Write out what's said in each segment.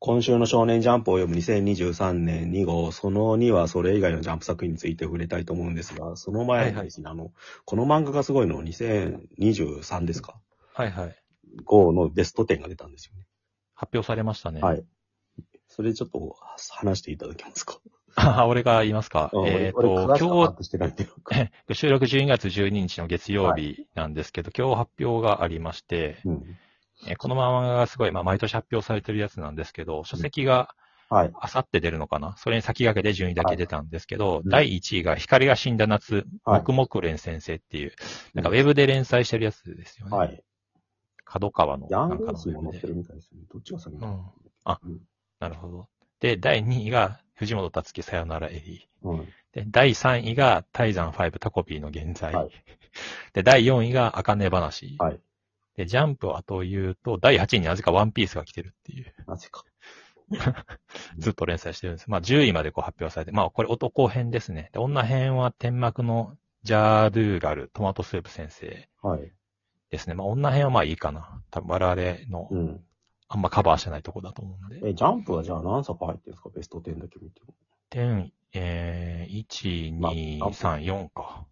今週の少年ジャンプを読む2023年2号、その2はそれ以外のジャンプ作品について触れたいと思うんですが、その前にですね、この漫画がすごいの2023ですかはいはい。 号のベスト10が出たんですよね。 発表されましたね。 はい。それちょっと話していただけますか。 俺が言いますか。 俺詳しく把握してないっていうか。 収録12月12日の月曜日なんですけど、今日発表がありまして、この漫画がすごい、毎年発表されてるやつなんですけど、書籍が、あさって出るのかな、それに先駆けで順位だけ出たんですけど、第1位が光が死んだ夏、黙々連先生っていう、なんかウェブで連載してるやつですよね。 はい。 角川のヤングエースも載ってるみたいですね。どっちが先だなるほど。で、第2位が藤本達樹さよならエリー。で、第3位がタイザン5タコピーの現在。で、第4位が茜話。で、ジャンプを後言うと、第8位になぜかワンピースが来てるっていう。 なぜか。 ずっと連載してるんです。10位まで発表されて、これ男編ですね。で、女編は天幕のジャードゥーガル、トマトスープ先生。ですね。女編はいいかな。多分我々の、あんまカバーしてないとこだと思うんで。 ジャンプはじゃあ何作入ってるんですかベスト10だけ見ても。 1、2、3、4か。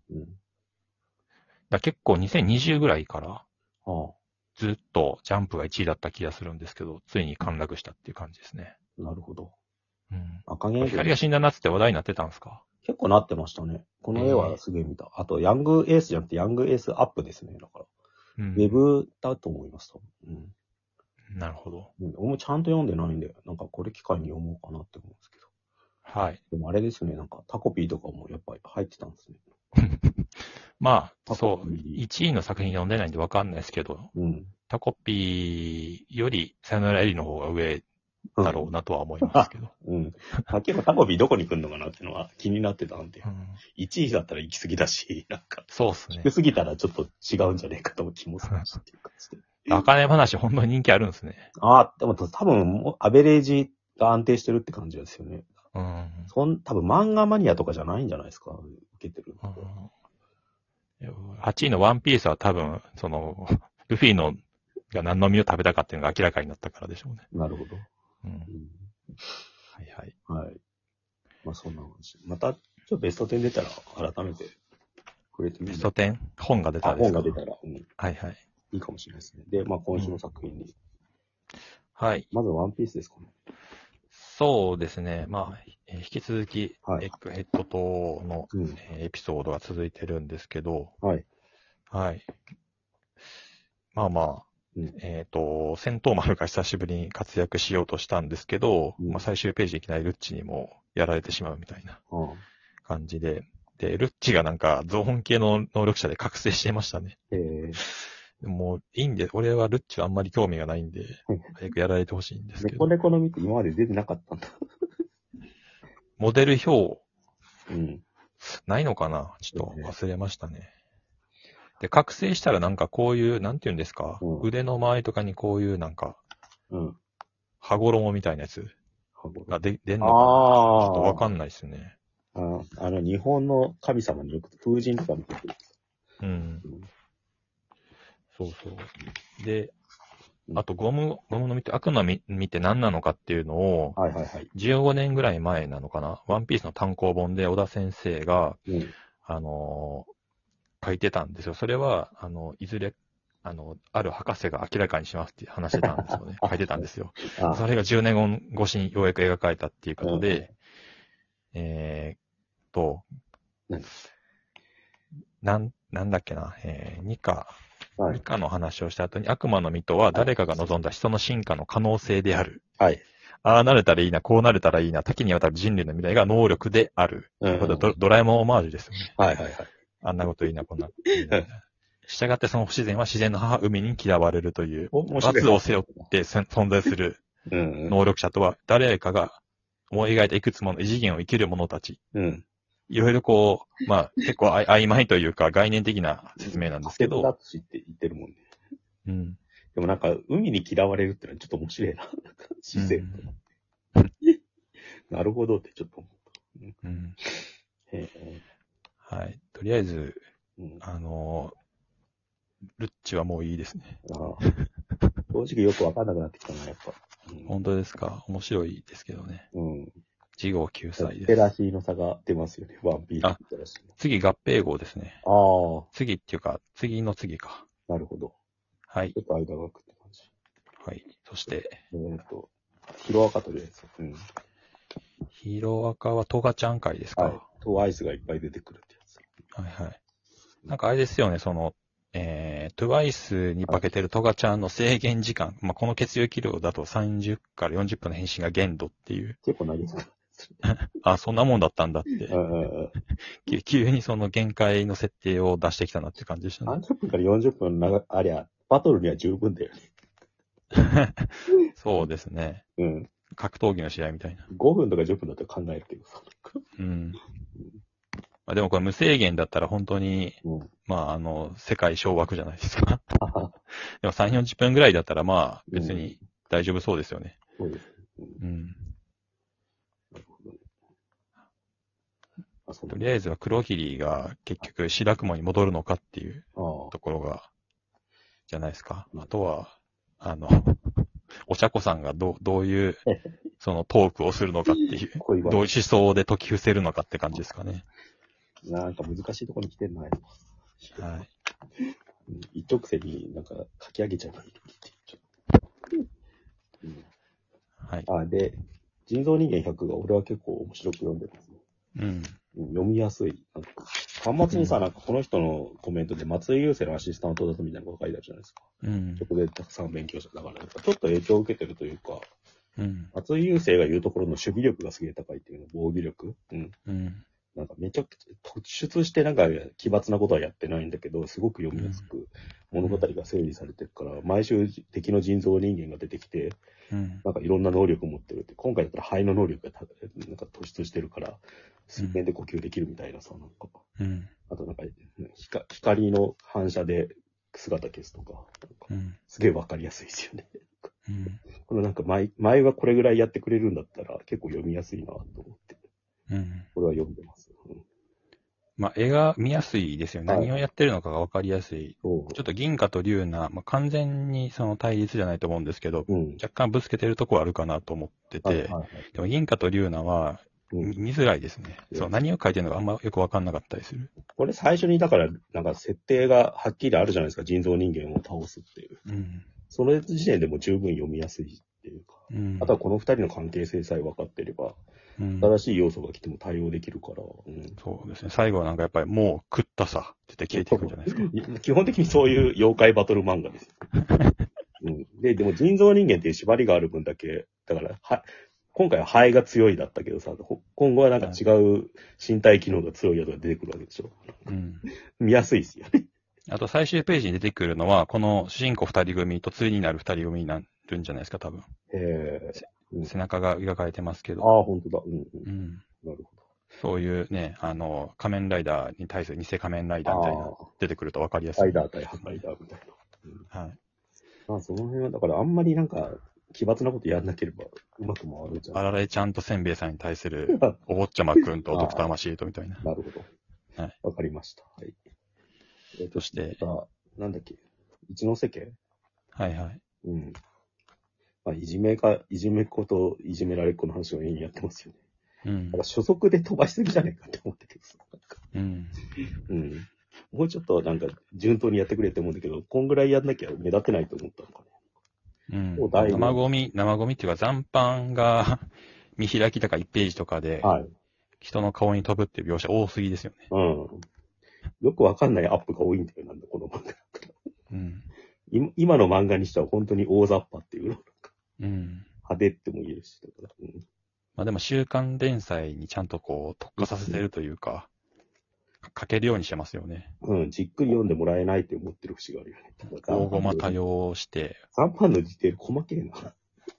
結構2020ぐらいから、ずっとジャンプが1位だった気がするんですけど、ついに陥落したっていう感じですね。 なるほど。 光が死んだ夏って話題になってたんですか？ 結構なってましたね。この絵はすげえ見た。あと、ヤングエースじゃなくてヤングエースアップですね。だから。ウェブだと思います。 なるほど。 俺もちゃんと読んでないんで、なんかこれ機会に読もうかなって思うんですけど。 はい。 でもあれですね、なんかタコピーとかもやっぱり入ってたんですね。 そう。1位の作品読んでないんでわかんないですけど、タコピーよりさよならエリの方が上だろうなとは思いますけど。 結構タコピーどこに来るのかなっていうのは気になってたんで。1位だったら行き過ぎだし、なんか。 そうですね。 低すぎたらちょっと違うんじゃねえかと思う気もするしっていう感じで。 茜話本当に人気あるんですね。 でも多分、アベレージが安定してるって感じですよね。多分漫画マニアとかじゃないんじゃないですか受けてるの。 8位のワンピースは多分、ルフィのが何の実を食べたかっていうのが明らかになったからでしょうね。 なるほど。 はいはい。 はい。そんな話。また、ベスト10出たら改めて触れてみる。 ベスト 10? 本が出たらですか？本が出たら。 はいはい。 いいかもしれないですね。で、今週の作品に。 はい。 まずワンピースですかね。 そうですね。引き続き、エッグヘッドとの、エピソードが続いてるんですけど、はい。戦闘丸が久しぶりに活躍しようとしたんですけど、最終ページいきなりルッチにもやられてしまうみたいな感じで、で、ルッチがなんかゾーン系の能力者で覚醒してましたね。もういいんで、俺はルッチはあんまり興味がないんで、早くやられてほしいんですけど。 猫の実って今まで出てなかったんだ。 モデル表、ないのかなちょっと忘れましたね。で、覚醒したらなんかこういう、なんて言うんですか、腕の周りとかにこういうなんか、羽衣みたいなやつが出んのかなちょっとわかんないですね。 日本の神様によく風神とか見てくる。 そうそう。で、あとゴムの実って悪の実って何なのかっていうのを、15年ぐらい前なのかな、ワンピースの単行本で小田先生が、書いてたんですよ。それは、いずれ、ある博士が明らかにしますって話してたんですよね。書いてたんですよ。それが10年後越しにようやく描かれたっていうことで、なんだっけな、ニカの話をした後に悪魔の実とは誰かが望んだ人の進化の可能性である。ああなれたらいいな、こうなれたらいいな、多岐にわたる人類の未来が能力である。ドラえもんオマージュですよね。あんなこといいな、こんな。したがってその不自然は自然の母海に嫌われるという、罰を背負って存在する能力者とは、誰かが思い描いたいくつもの異次元を生きる者たち。いろいろ結構曖昧というか概念的な説明なんですけど。 だって言ってるもんね。でもなんか、海に嫌われるってのはちょっと面白いな。自然と。なるほどってちょっと思った。 はい。とりあえず、ルッチはもういいですね。 こ正直よくわかんなくなってきたな、やっぱ。 本当ですか。面白いですけどね。 うん。 次号9歳です。 リテラシーの差が出ますよね、ワンピースリテラシー。 次合併号ですね。 ああ。 次っていうか、次の次か。 なるほど。 はい。 ちょっと間が空くって感じ。 はい。そして、 ヒロアカとりあえず。うん。 ヒロアカはトガちゃん会ですか。 はい。トアイスがいっぱい出てくるってやつ。 はいはい。なんかあれですよね、トゥワイスに化けてるトガちゃんの制限時間。まあ、この血液量だと30から40分の返信が限度っていう。 結構何ですかあ、そんなもんだったんだって。急にその限界の設定を出してきたなって感じでしたね。 30分から40分ありゃ、バトルには十分だよね。 そうですね。 うん。 格闘技の試合みたいな。 5分とか10分だったら考えるけどさ。 うん。まあ、でもこれ無制限だったら本当に、まあ世界掌握じゃないですか。でも3、40分ぐらいだったらまあ別に大丈夫そうですよね。 そうです。 うん。なるほどね。とりあえずは黒霧が結局白雲に戻るのかっていうところが、じゃないですか。あとは、お茶子さんがどういう、そのトークをするのかっていう、どういう思想で解き伏せるのかって感じですかね。 なんか難しいところに来てんな、はい。一直線になんか書き上げちゃえばいいはい。で、人造人間100が俺は結構面白く読んでますね。うん。読みやすい。端末にさ、なんかこの人のコメントで松井優生のアシスタントだとみたいなこと書いてあるじゃないですか。うん。そこでたくさん勉強した。だから、ちょっと影響を受けてるというか、うん。松井優生が言うところの守備力がすげえ高いっていうの、防御力。うん。うん。なんかめちゃくちゃ突出してなんか奇抜なことはやってないんだけど、すごく読みやすく物語が整理されてるから、毎週敵の人造人間が出てきて、なんかいろんな能力を持ってるって、今回だったら肺の能力がなんか突出してるから、水面で呼吸できるみたいなさ、なんか。あとなんか、光の反射で姿消すとか、すげえわかりやすいですよね。このなんか前はこれぐらいやってくれるんだったら結構読みやすいなと思って。これは読んでます。 まあ、絵が見やすいですよね。何をやってるのかがわかりやすい。ちょっと銀河と龍奈、まあ、完全にその対立じゃないと思うんですけど、若干ぶつけてるとこはあるかなと思ってて、でも銀河と龍奈は見づらいですね。そう、何を書いてるのかあんまよくわかんなかったりする。 これ最初にだから、なんか設定がはっきりあるじゃないですか。人造人間を倒すっていう。その時点でも十分読みやすいっていうか。あとはこの二人の関係性さえ分かっていれば、新しい要素が来ても対応できるから。 そうですね。最後はなんかやっぱりもう食ったさって消えていくんじゃないですか。 基本的にそういう妖怪バトル漫画です。でも人造人間っていう縛りがある分だけ、だから、今回は肺が強いだったけどさ、今後はなんか違う身体機能が強いやつが出てくるわけでしょ。見やすいですよね。 あと最終ページに出てくるのは、この主人公二人組と対になる二人組になるんじゃないですか、多分。背中が描かれてますけど。 ああ、本当だ。なるほど。 そういうね、仮面ライダーに対する偽仮面ライダーみたいな、出てくると分かりやすい。 ライダー対ハッカイダーみたいな。はい。まあ、その辺は、だからあんまりなんか、奇抜なことやんなければ、うまく回るじゃん。 あられちゃんとせんべいさんに対する、お坊ちゃまくんとドクターマシートみたいな。 なるほど。はい。わかりました。はい。 そして、 なんだっけ、一ノ瀬家。 はいはい。 まあ、いじめっ子といじめられっ子の話をやってますよね。だから初速で飛ばしすぎじゃねえかって思っててさ。もうちょっとなんか順当にやってくれって思うんだけど、こんぐらいやんなきゃ目立てないと思ったのかね。生ゴミっていうか残飯が見開きとか1ページとかで、人の顔に飛ぶっていう描写多すぎですよね。 よくわかんないアップが多いんだよ、なんだ、この漫画。今の漫画にしては本当に大雑把っていうの。派手っても言えるし、だから。 まあでも週刊連載にちゃんとこう特化させてるというか、書けるようにしてますよね。 じっくり読んでもらえないって思ってる節があるよね。 大ごま多用して。 3番のディテール細けえな。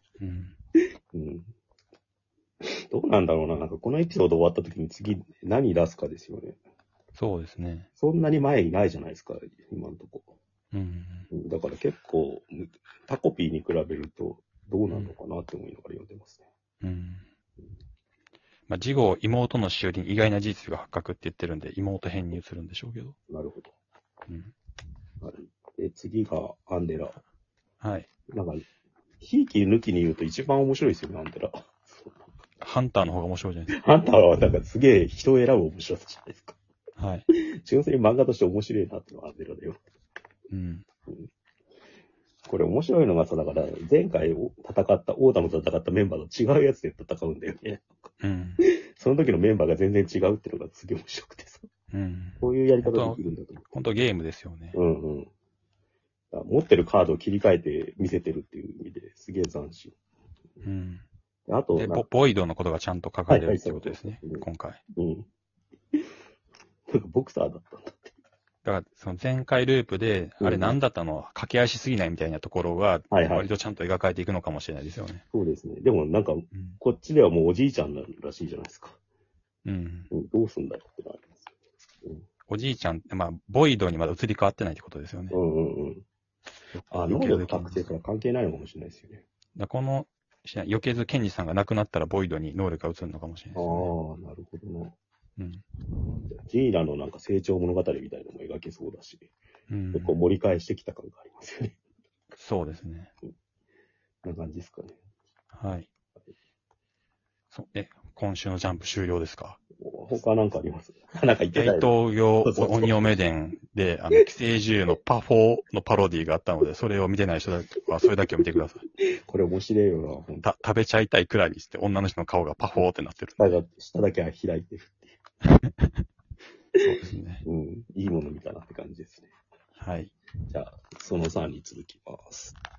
どうなんだろうな。なんかこのエピソード終わった時に次何出すかですよね。 そうですね。 そんなに前にないじゃないですか、今のとこ。だから結構、タコピーに比べるとどうなのかなって思いながら読んでますね。 まあ、次号、妹のしおりに意外な事実が発覚って言ってるんで、妹編に移るんでしょうけど。 なるほど。で、次がアンデラ。 はい。 なんか、ひいき抜きに言うと一番面白いですよね、アンデラ。 ハンターの方が面白いじゃないですか。ハンターはなんかすげえ人を選ぶ面白さじゃないですか。 はい。 純粋に漫画として面白いなってのはアンデラだよ。 うん。 これ面白いのがさ、だから前回オーダムと戦ったメンバーと違うやつで戦うんだよね。 うん。 その時のメンバーが全然違うっていうのがすげえ面白くてさ。 うん。 こういうやり方できるんだと思う。 本当ゲームですよね。 うんうん。持ってるカードを切り替えて見せてるっていう意味ですげえ斬新。 うん。 あと、 ボイドのことがちゃんと書かれるってことですね、今回。 うん。なんかボクサーだったんだって。 だから、その前回ループで、あれ何だったの、掛け合いしすぎないみたいなところが、割とちゃんと描かれていくのかもしれないですよね。 そうですね。でもなんか、こっちではもうおじいちゃんらしいじゃないですか。 うん。 どうすんだよってのありますよ。おじいちゃん、まあ、ボイドにまだ移り変わってないってことですよね。 うんうんうん。能力確定から関係ないのかもしれないですよね。 この、余計ずケンジさんが亡くなったらボイドに能力が移るのかもしれないですね。 ああ、なるほどな。 うん。 ジーナのなんか成長物語みたいなのも描けそうだし、結構盛り返してきた感がありますよね。 そうですね。 こんな感じですかね。 はい。今週のジャンプ終了ですか？ 他なんかあります？なんか言ってたよ。 大東洋鬼嫁伝で、寄生獣のパフォーのパロディがあったので、それを見てない人はそれだけを見てください。 これ面白いよな。食べちゃいたいくらいにして、女の人の顔がパフォーってなってる。 下だけは開いてるっていう。 そうですね。 うん。いいもの見たなって感じですね。 はい。 じゃあ、その3に続きます。